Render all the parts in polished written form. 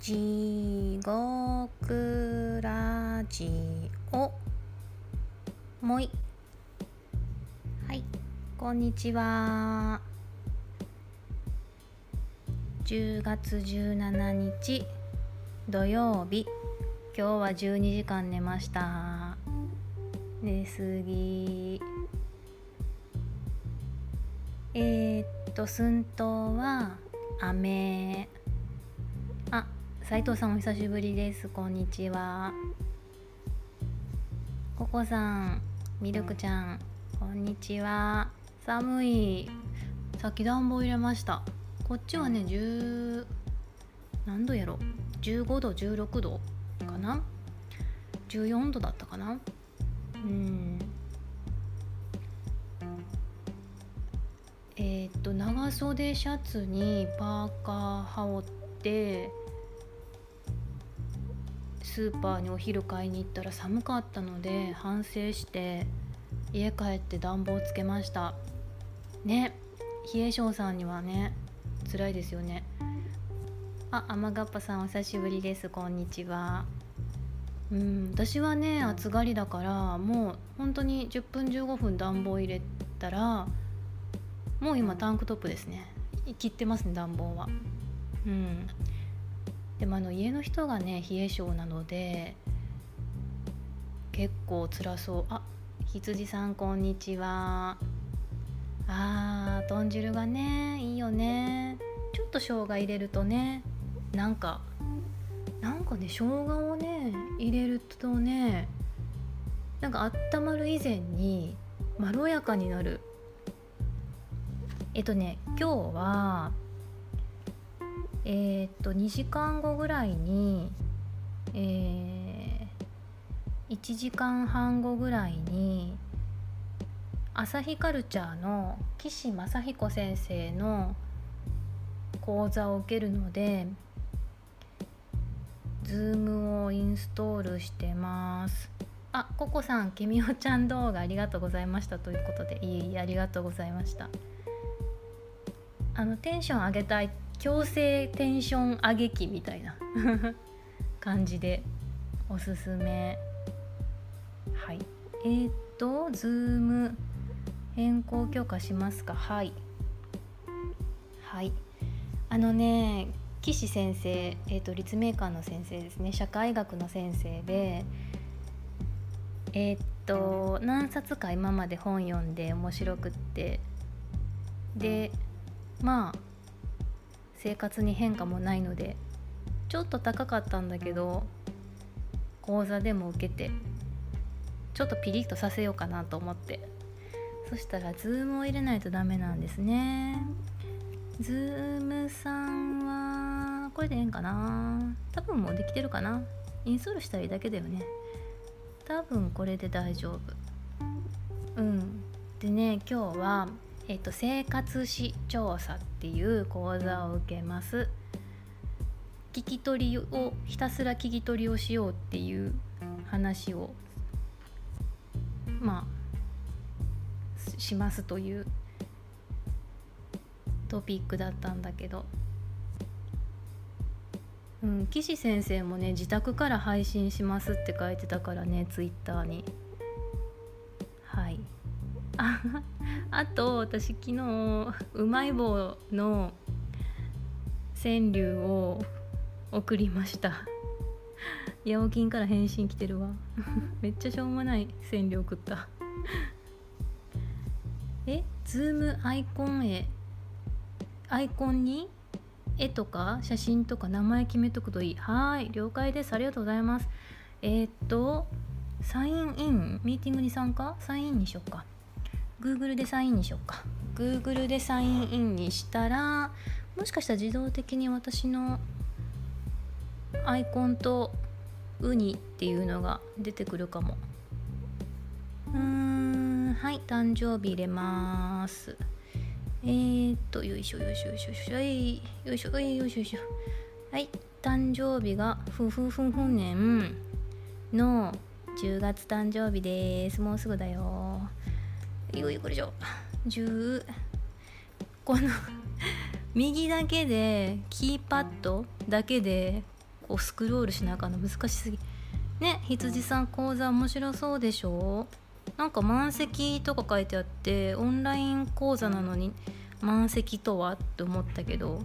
地獄ラジオもい。はい、こんにちは。10月17日土曜日、今日は12時間寝ました。寝すぎ。寸東は雨。斉藤さんお久しぶりです。こんにちは。ココさん、ミルクちゃん、こんにちは。寒い。さっき暖房入れました。こっちはね、何度やろ、15度16度かな、14度だったかな。長袖シャツにパーカー羽織ってスーパーにお昼買いに行ったら寒かったので反省して家帰って暖房つけましたね。冷え性さんにはね辛いですよね。雨がっぱさんお久しぶりです。こんにちは。私はね暑がりだからもう本当に10分15分暖房入れたらもう今タンクトップですね。切ってますね、暖房は。でも家の人がね冷え性なので結構辛そう。羊さんこんにちは。豚汁がねいいよね。ちょっと生姜入れるとねなんかね、生姜をね入れるとねなんか温まる以前にまろやかになる。今日は2時間後ぐらいに1時間半後ぐらいに朝日カルチャーの岸正彦先生の講座を受けるので Zoom をインストールしてます。ココさん、きみおちゃん動画ありがとうございましたということで、いいありがとうございました。テンション上げたい強制テンション上げ期みたいな感じでおすすめ。はい。Zoom 変更許可しますか。はい。岸先生、立命館の先生ですね。社会学の先生で何冊か今まで本読んで面白くって、で生活に変化もないのでちょっと高かったんだけど講座でも受けてちょっとピリッとさせようかなと思って、そしたらズームを入れないとダメなんですね。ズームさんはこれでええんかな。多分もうできてるかな。インストールしたらいいだけだよね。多分これで大丈夫。でね、今日は生活史調査っていう講座を受けます。聞き取りをひたすら聞き取りをしようっていう話をしますというトピックだったんだけど、岸先生もね自宅から配信しますって書いてたからね、ツイッターに。はいあと私昨日うまい棒の川柳を送りました。ヤオキンから返信来てるわめっちゃしょうもない川柳送ったズームアイコンに絵とか写真とか名前決めとくといい。了解です。ありがとうございます。サインイン、ミーティングに参加、サインインにしよっか。Google でサインインにしよっか。Google でサインインにしたらもしかしたら自動的に私のアイコンとウニっていうのが出てくるかも。はい、誕生日入れます。よいしょよいしょよいしょよいしょよいしょよいしょ。はい、誕生日が年の10月誕生日です。もうすぐだよ。よいしょ。10この右だけでキーパッドだけでこうスクロールしなあかんの難しすぎね。羊さん講座面白そうでしょ。なんか満席とか書いてあってオンライン講座なのに満席とはって思ったけど、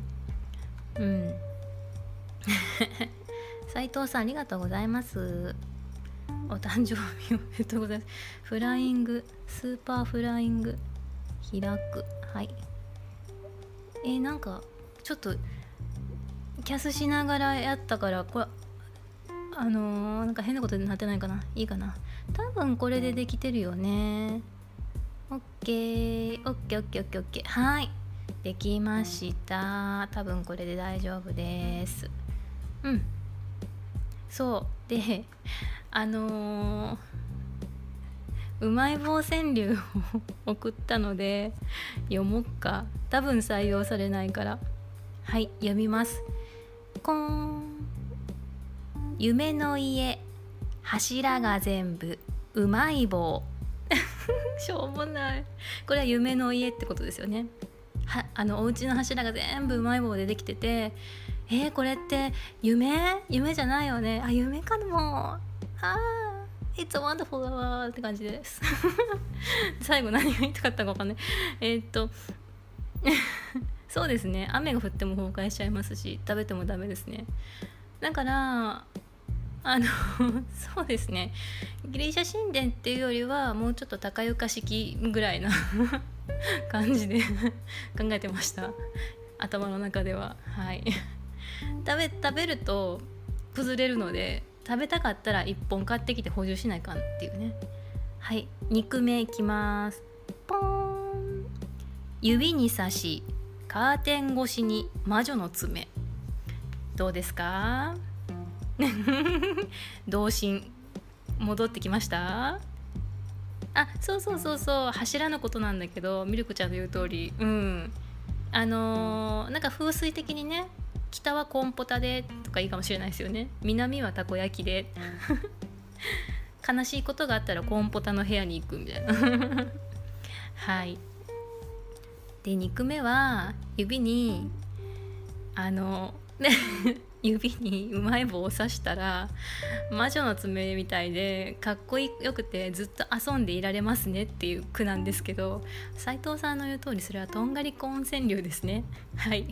斉藤さんありがとうございます。お誕生日おめでとうございます。フライングスーパーフライング開く。はい。なんかちょっとキャスしながらやったからこれなんか変なことになってないかな。いいかな。多分これでできてるよね。オッケーオッケーオッケーオッケーオッケー。はい、できました。多分これで大丈夫です。そうでうまい棒川柳を送ったので読もっか。多分採用されないから。はい、読みます。コーン。夢の家柱が全部うまい棒しょうもない。これは夢の家ってことですよね。お家の柱が全部うまい棒でできてて、これって夢じゃないよね。夢かも。It's a wonderful って感じです最後何が言いたかったか分かんないそうですね。雨が降っても崩壊しちゃいますし食べてもダメですね。だからそうですね、ギリシャ神殿っていうよりはもうちょっと高床式ぐらいな感じで考えてました頭の中では。はい食べると崩れるので食べたかったら1本買ってきて補充しないかんっていうね。はい、2句目いきます。ポーン。指に刺しカーテン越しに魔女の爪。どうですか童心戻ってきました。そう柱のことなんだけど、ミルクちゃんの言う通りなんか風水的にね、北はコンポタでとかいいかもしれないですよね。南はたこ焼きで悲しいことがあったらコンポタの部屋に行くみたいなはい。で2句目は指に指にうまい棒を刺したら魔女の爪みたいでかっこよくてずっと遊んでいられますねっていう句なんですけど、斉藤さんの言う通りそれはとんがりコーン川柳ですね。はい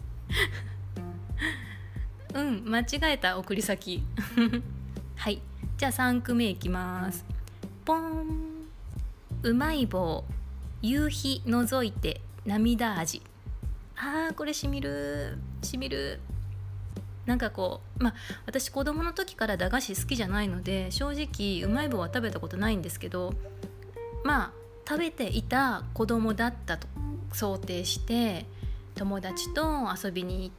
間違えた送り先はい、じゃあ3句目いきます。ポン。うまい棒夕日覗いて涙味。これしみる。なんかこう私子供の時から駄菓子好きじゃないので正直うまい棒は食べたことないんですけど、食べていた子供だったと想定して友達と遊びに行って、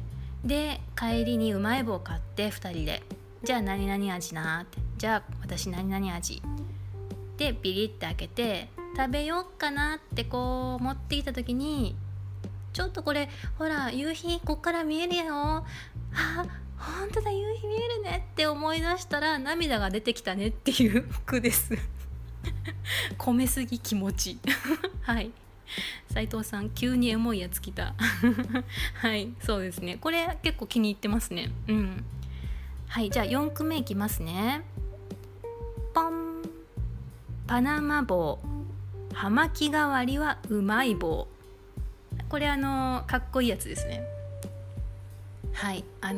で帰りにうまい棒を買って2人で、じゃあ何々味なって、じゃあ私何々味でビリって開けて食べようかなってこう持ってきた時に、ちょっとこれほら夕日こっから見えるよ、本当だ夕日見えるねって思い出したら涙が出てきたねっていう句です込めすぎ気持ちはい斉藤さん急にエモいやつきたはいそうですね、これ結構気に入ってますね。はい、じゃあ4句目いきますね。ポン。パナマ棒葉巻代わりはうまい棒。これかっこいいやつですね。はい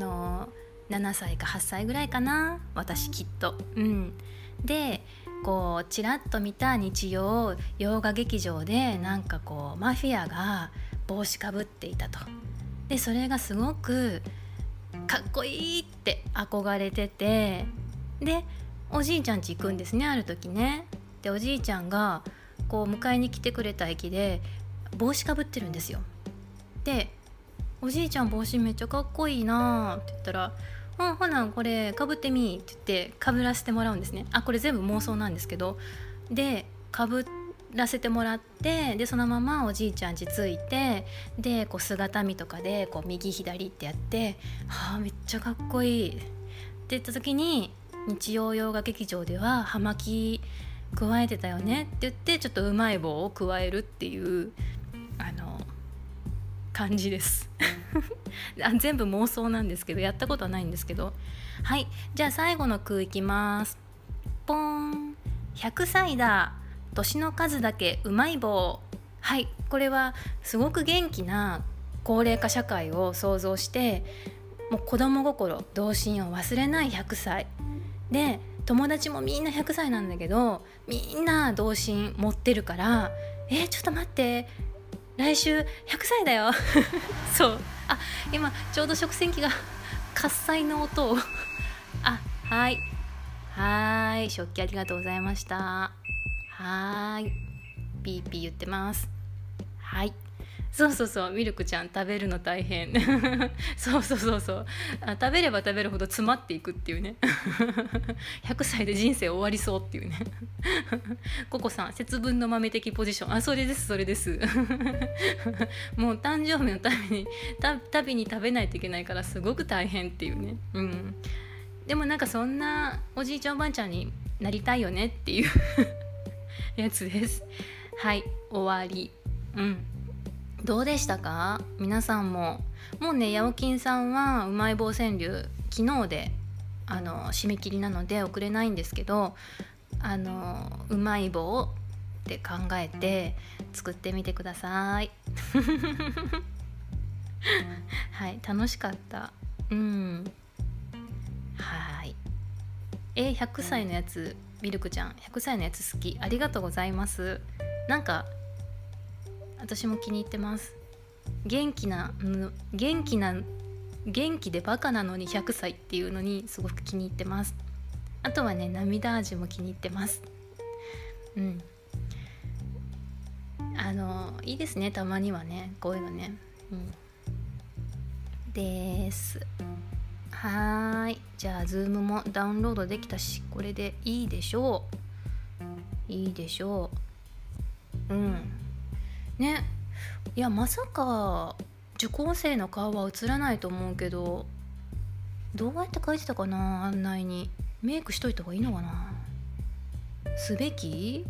、7歳か8歳ぐらいかな私きっと。でこうちらっと見た日曜洋画劇場でなんかこうマフィアが帽子かぶっていたと。でそれがすごくかっこいいって憧れてて、でおじいちゃん家行くんですね、ある時ね。でおじいちゃんがこう迎えに来てくれた駅で帽子かぶってるんですよ。でおじいちゃん帽子めっちゃかっこいいなって言ったら、ほなこれかぶってみって言ってかぶらせてもらうんですね。これ全部妄想なんですけど、でかぶらせてもらって、でそのままおじいちゃん家着いて、でこう姿見とかでこう右左ってやって、めっちゃかっこいいって言った時に、日曜洋画劇場では葉巻加えてたよねって言って、ちょっとうまい棒を加えるっていう感じです全部妄想なんですけど、やったことはないんですけど。はい、じゃあ最後の句いきます。ポーン。100歳だ、年の数だけうまい棒。はい、これはすごく元気な高齢化社会を想像して、もう子供心童心を忘れない100歳で、友達もみんな100歳なんだけど、みんな童心持ってるから、ちょっと待って、来週100歳だよそう、今ちょうど食洗機が喝采の音をはい、食器ありがとうございました。はい、ピーピー言ってます。はい、そうミルクちゃん食べるの大変そう食べれば食べるほど詰まっていくっていうね100歳で人生終わりそうっていうねココさん、節分の豆的ポジション、それですもう誕生日のたびに食べないといけないから、すごく大変っていうね。でもなんかそんなおじいちゃんおばあちゃんになりたいよねっていうやつです。はい、終わり。どうでしたか皆さんも。もうね、ヤオキンさんはうまい棒川柳昨日で締め切りなので送れないんですけど、うまい棒って考えて作ってみてくださいはい、楽しかった。はい。100歳のやつ、ミルクちゃん100歳のやつ好き、ありがとうございます。なんか私も気に入ってます。元気でバカなのに100歳っていうのにすごく気に入ってます。あとはね、涙味も気に入ってます。いいですね、たまにはね、こういうのね。です。はい、じゃあズームもダウンロードできたし、これでいいでしょう。ね、いやまさか受講生の顔は映らないと思うけど、どうやって書いてたかな。案内にメイクしといた方がいいのかな。すべき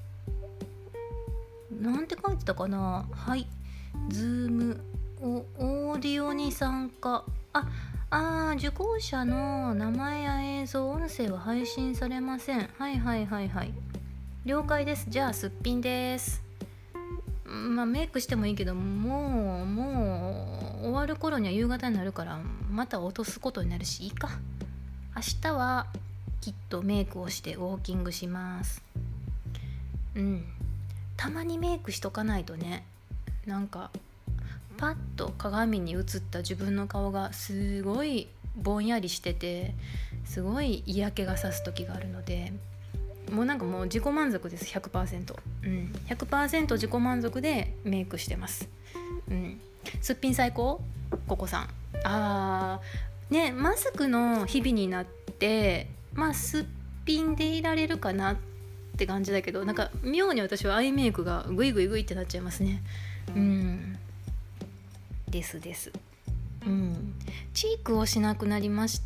なんて書いてたかな。はい、ズームオーディオに参加。受講者の名前や映像、音声は配信されません。はい了解です。じゃあすっぴんです。メイクしてもいいけど、もう終わる頃には夕方になるから、また落とすことになるし、いいか。明日はきっとメイクをしてウォーキングします。たまにメイクしとかないとね、なんかパッと鏡に映った自分の顔がすごいぼんやりしてて、すごい嫌気がさす時があるので、もう自己満足です。 100%、100% 自己満足でメイクしてます。すっぴん最高。ココさん、ね、マスクの日々になって、すっぴんでいられるかなって感じだけど、なんか妙に私はアイメイクがグイグイってなっちゃいますね。です。チークをしなくなりました。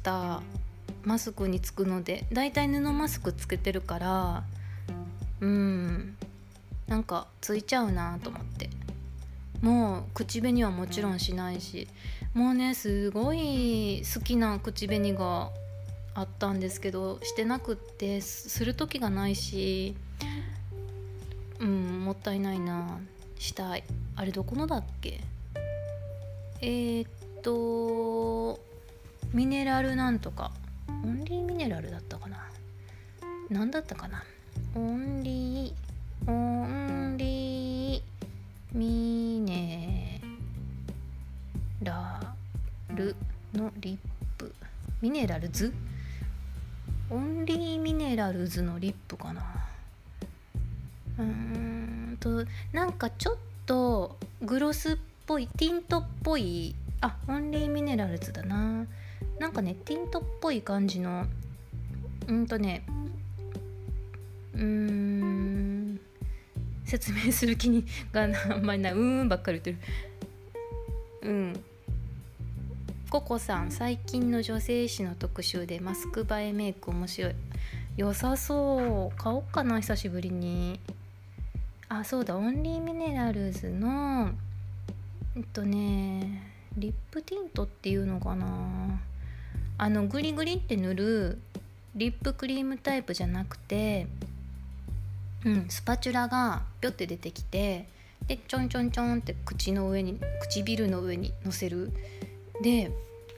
マスクにつくので、だいたい布マスクつけてるから、なんかついちゃうなと思って、もう口紅はもちろんしないし、もうね、すごい好きな口紅があったんですけど、してなくって、する時がないし、もったいないな。したい。あれどこのだっけ。ミネラルなんとか、オンリーミネラルだったかな。何だったかな。オンリーミネラルのリップ、ミネラルズ、オンリーミネラルズのリップかな。なんかちょっとグロスっぽい、ティントっぽい、オンリーミネラルズだな。なんかね、ティントっぽい感じの、説明する気があんまりない。ばっかり言ってる。ココさん、最近の女性誌の特集でマスク映えメイク面白い。良さそう。買おうかな、久しぶりに。そうだ、オンリーミネラルズのリップティントっていうのかな、グリグリって塗るリップクリームタイプじゃなくて、スパチュラがピョって出てきて、でちょんちょんちょんって唇の上にのせる。で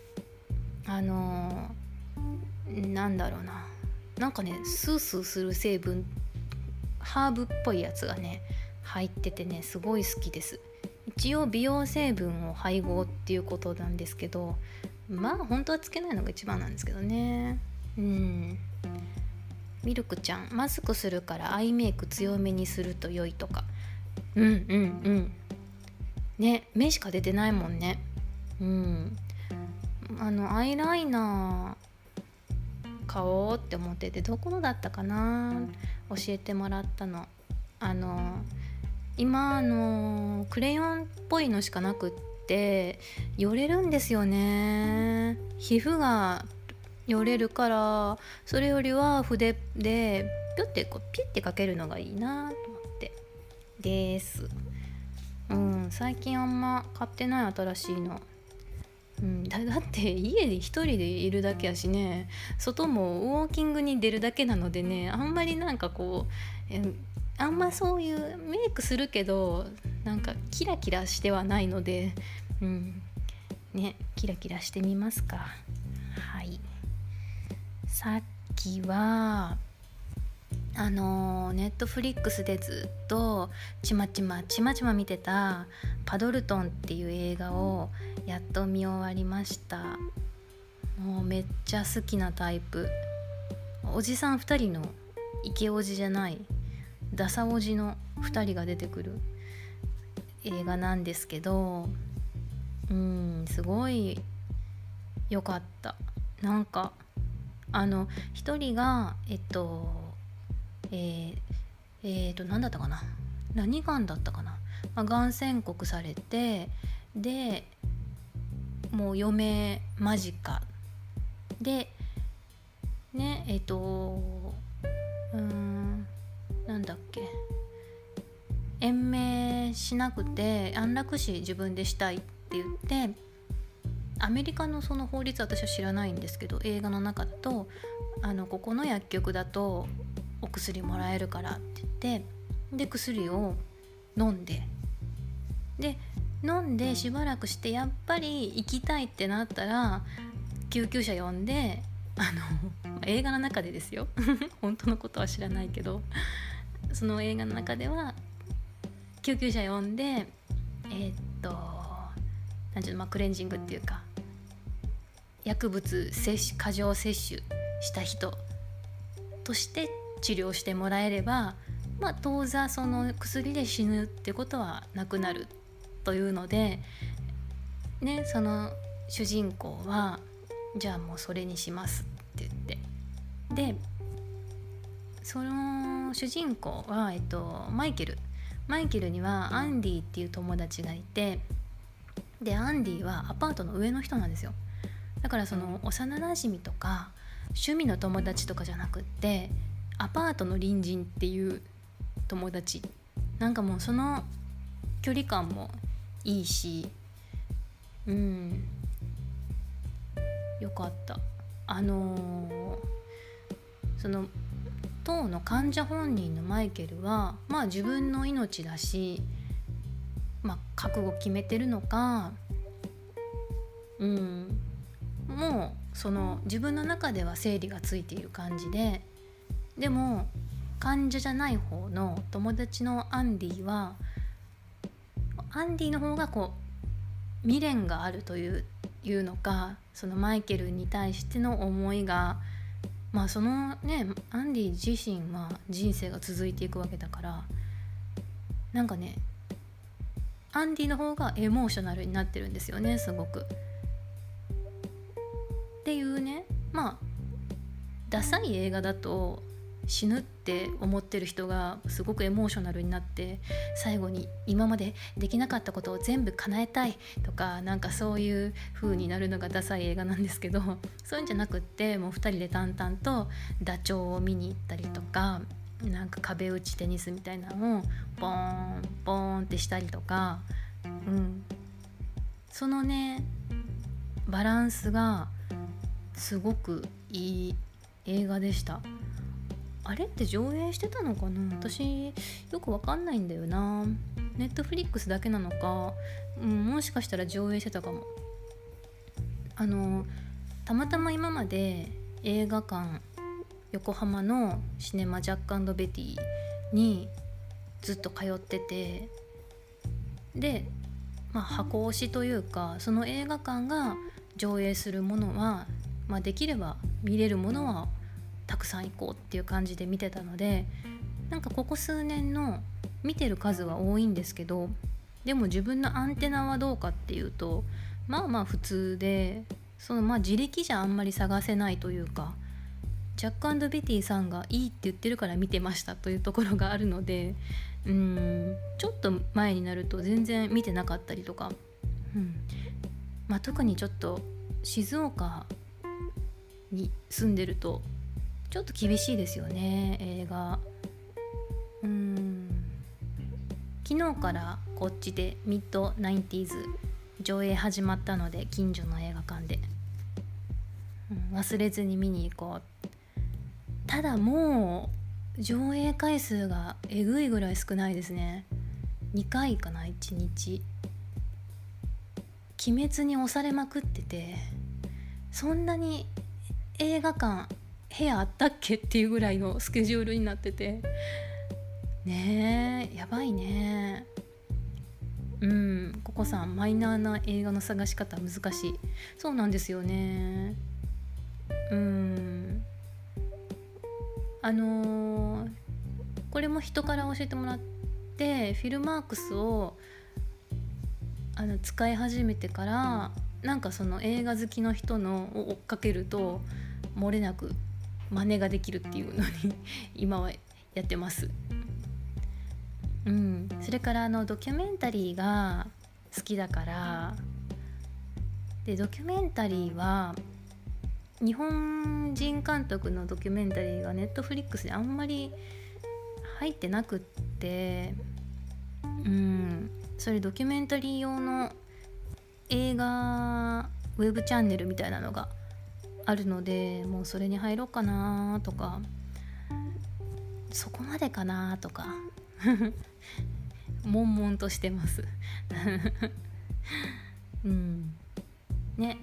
なんだろうな、なんかねスースーする成分、ハーブっぽいやつがね入っててね、すごい好きです。一応美容成分を配合っていうことなんですけど、まあ本当はつけないのが一番なんですけどね。ミルクちゃん、マスクするからアイメイク強めにすると良いとか。ね、目しか出てないもんね。アイライナー買おうって思ってて、どこのだったかな、教えてもらったの。今クレヨンっぽいのしかなくってよれるんですよね。皮膚がよれるから、それよりは筆でピュッてかけるのがいいなと思ってです。最近あんま買ってない新しいの。だって家で一人でいるだけやしね、外もウォーキングに出るだけなのでね、あんまりなんかこうあんまそういうメイクするけどなんかキラキラしてはないので、キラキラしてみますか。はい。さっきはネットフリックスでずっとちまちま見てたパドルトンっていう映画をやっと見終わりました。もうめっちゃ好きなタイプ、おじさん2人のイケおじじゃないダサおじの2人が出てくる映画なんですけど、すごい良かった。なんか一人が何だったかな、何がんだったかな、がん宣告されて、でもう余命間近でね、なんだっけ、延命しなくて安楽死自分でしたいって言って、アメリカのその法律私は知らないんですけど、映画の中だとここの薬局だとお薬もらえるからって言って、で薬を飲んでしばらくして、やっぱり生きたいってなったら救急車呼んで、映画の中でですよ本当のことは知らないけど、その映画の中では救急車呼んでなんていうの、クレンジングっていうか、薬物過剰摂取した人として治療してもらえれば、当座その薬で死ぬってことはなくなるというのでね、その主人公はじゃあもうそれにしますって言って、でその主人公は、マイケルにはアンディっていう友達がいて、でアンディはアパートの上の人なんですよ。だからその幼なじみとか趣味の友達とかじゃなくって、アパートの隣人っていう友達、なんかもうその距離感もいいし、よかった。その当の患者本人のマイケルは自分の命だし、覚悟決めてるのか、もうその自分の中では整理がついている感じで、でも患者じゃない方の友達のアンディの方がこう未練があるというのか、そのマイケルに対しての思いが、そのねアンディ自身は人生が続いていくわけだから、なんかねアンディの方がエモーショナルになってるんですよね、すごく。っていうね、ダサい映画だと死ぬって思ってる人がすごくエモーショナルになって、最後に今までできなかったことを全部叶えたいとか、なんかそういう風になるのがダサい映画なんですけど、そういうんじゃなくって、もう2人で淡々とダチョウを見に行ったりとか、なんか壁打ちテニスみたいなのをポーンポーンってしたりとか、 そのねバランスがすごくいい映画でした。あれって上映してたのかな、私よくわかんないんだよな。ネットフリックスだけなのか、もしかしたら上映してたかも。たまたま今まで映画館横浜のシネマジャック&ベティにずっと通ってて、で、箱推しというか、その映画館が上映するものは、できれば見れるものはたくさん行こうっていう感じで見てたので、なんかここ数年の見てる数は多いんですけど、でも自分のアンテナはどうかっていうと普通で、自力じゃあんまり探せないというか、ジャック&ベティさんがいいって言ってるから見てましたというところがあるので、ちょっと前になると全然見てなかったりとか、特にちょっと静岡に住んでるとちょっと厳しいですよね、映画。昨日からこっちでミッドナインティーズ上映始まったので、近所の映画館で、忘れずに見に行こう。ただもう上映回数がえぐいぐらい少ないですね。2回かな、1日。鬼滅に押されまくってて、そんなに映画館部屋あったっけっていうぐらいのスケジュールになっててねえ、やばいね。ココさん、マイナーな映画の探し方難しい。そうなんですよね。これも人から教えてもらって、フィルマークスを使い始めてから、なんかその映画好きの人のを追っかけると漏れなく真似ができるっていうのに今はやってます。それからドキュメンタリーが好きだから、でドキュメンタリーは日本人監督のドキュメンタリーがネットフリックスであんまり入ってなくって、それドキュメンタリー用の映画ウェブチャンネルみたいなのがあるので、もうそれに入ろうかなとか、そこまでかなとか悶々としてますね。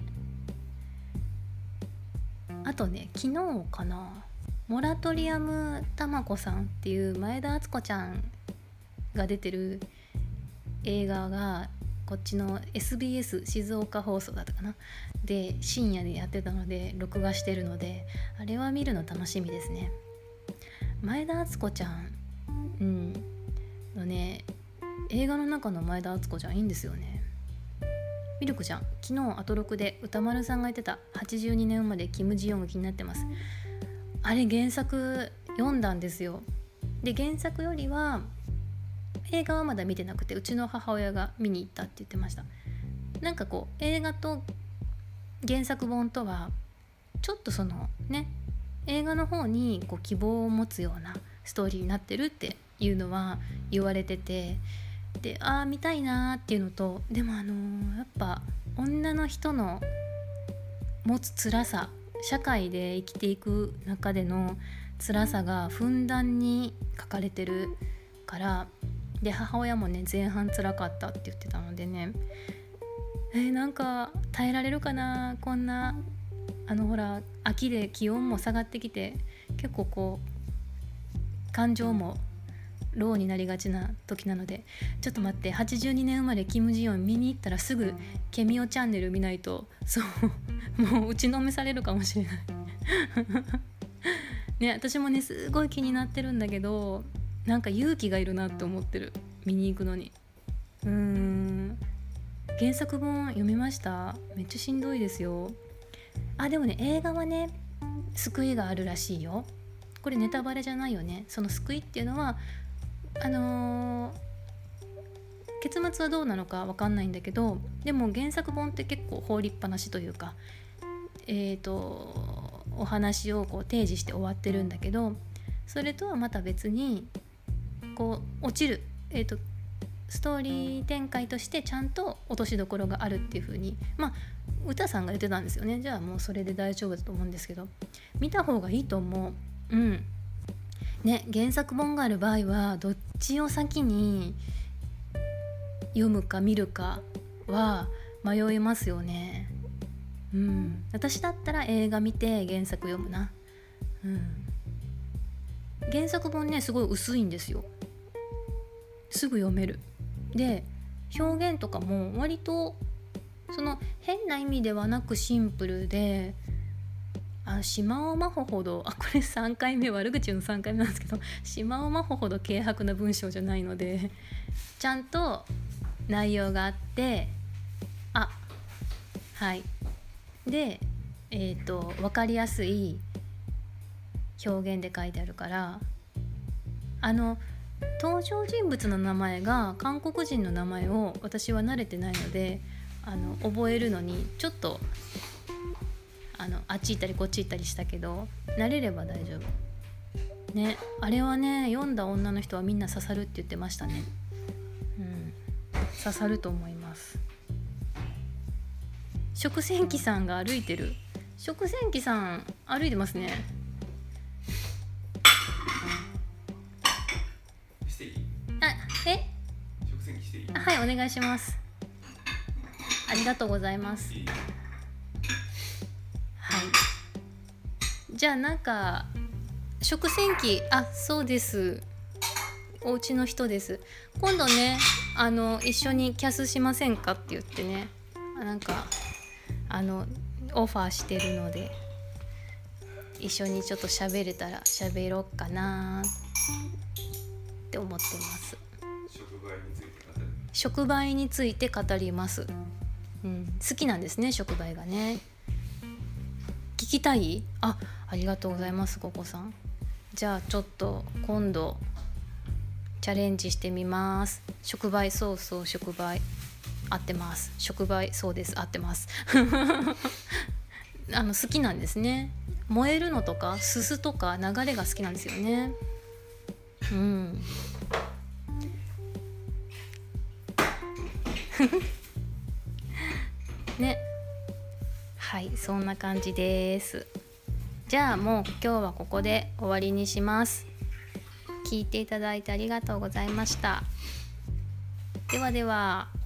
あとね、昨日かな、モラトリアムたまこさんっていう前田敦子ちゃんが出てる映画がこっちの SBS 静岡放送だったかなで深夜でやってたので、録画してるので、あれは見るの楽しみですね。前田敦子ちゃんのね、映画の中の前田敦子ちゃんいいんですよね。ミルクちゃん、昨日アトロクで歌丸さんが言ってた82年生まれキム・ジヨンが気になってます。あれ原作読んだんですよ。で原作よりは映画はまだ見てなくて、うちの母親が見に行ったって言ってました。なんかこう映画と原作本とはちょっとそのね、映画の方にこう希望を持つようなストーリーになってるっていうのは言われてて、で見たいなっていうのと、でもやっぱ女の人の持つ辛さ、社会で生きていく中での辛さがふんだんに書かれてるから、で母親もね前半辛かったって言ってたのでね、なんか耐えられるかな、こんなほら秋で気温も下がってきて、結構こう感情もローになりがちな時なので、ちょっと待って、82年生まれキム・ジヨン見に行ったらすぐケミオチャンネル見ないと、そうもう打ちのめされるかもしれないね。私もねすごい気になってるんだけど、なんか勇気がいるなって思ってる、見に行くのに。原作本読みました。めっちゃしんどいですよ。でもね映画はね救いがあるらしいよ。これネタバレじゃないよね。その救いっていうのは結末はどうなのか分かんないんだけど、でも原作本って結構放りっぱなしというか、お話をこう提示して終わってるんだけど、それとはまた別にこう落ちる、 ストーリー展開としてちゃんと落としどころがあるっていう風に歌さんが言ってたんですよね。じゃあもうそれで大丈夫だと思うんですけど、見た方がいいと思う。ね、原作本がある場合はどっちを先に読むか見るかは迷いますよね。私だったら映画見て原作読むな。原作本ねすごい薄いんですよ。すぐ読める。で表現とかも割とその変な意味ではなくシンプルで、島尾真帆ほどこれ3回目悪口の3回目なんですけど、島尾真帆ほど軽薄な文章じゃないのでちゃんと内容があって、で分かりやすい表現で書いてあるから、登場人物の名前が韓国人の名前を私は慣れてないので覚えるのにちょっとあっち行ったりこっち行ったりしたけど、慣れれば大丈夫ね。あれはね読んだ女の人はみんな刺さるって言ってましたね。刺さると思います。食洗機さんが歩いてる。食洗機さん歩いてますね。 していい？食洗機していい？ はい、お願いします。ありがとうございます。じゃあなんか食洗機そうです、お家の人です。今度ね一緒にキャスしませんかって言ってね、なんかオファーしてるので一緒にちょっと喋れたら喋ろうかなって思ってます。触媒について語ります。好きなんですね、触媒がね。聞きたい？ありがとうございます、ココさん。じゃあちょっと今度チャレンジしてみます。触媒、そう触媒合ってます。触媒、そうです、合ってます好きなんですね。燃えるのとかすすとか流れが好きなんですよね。ね、はい、そんな感じです。じゃあもう今日はここで終わりにします。聞いていただいてありがとうございました。ではでは。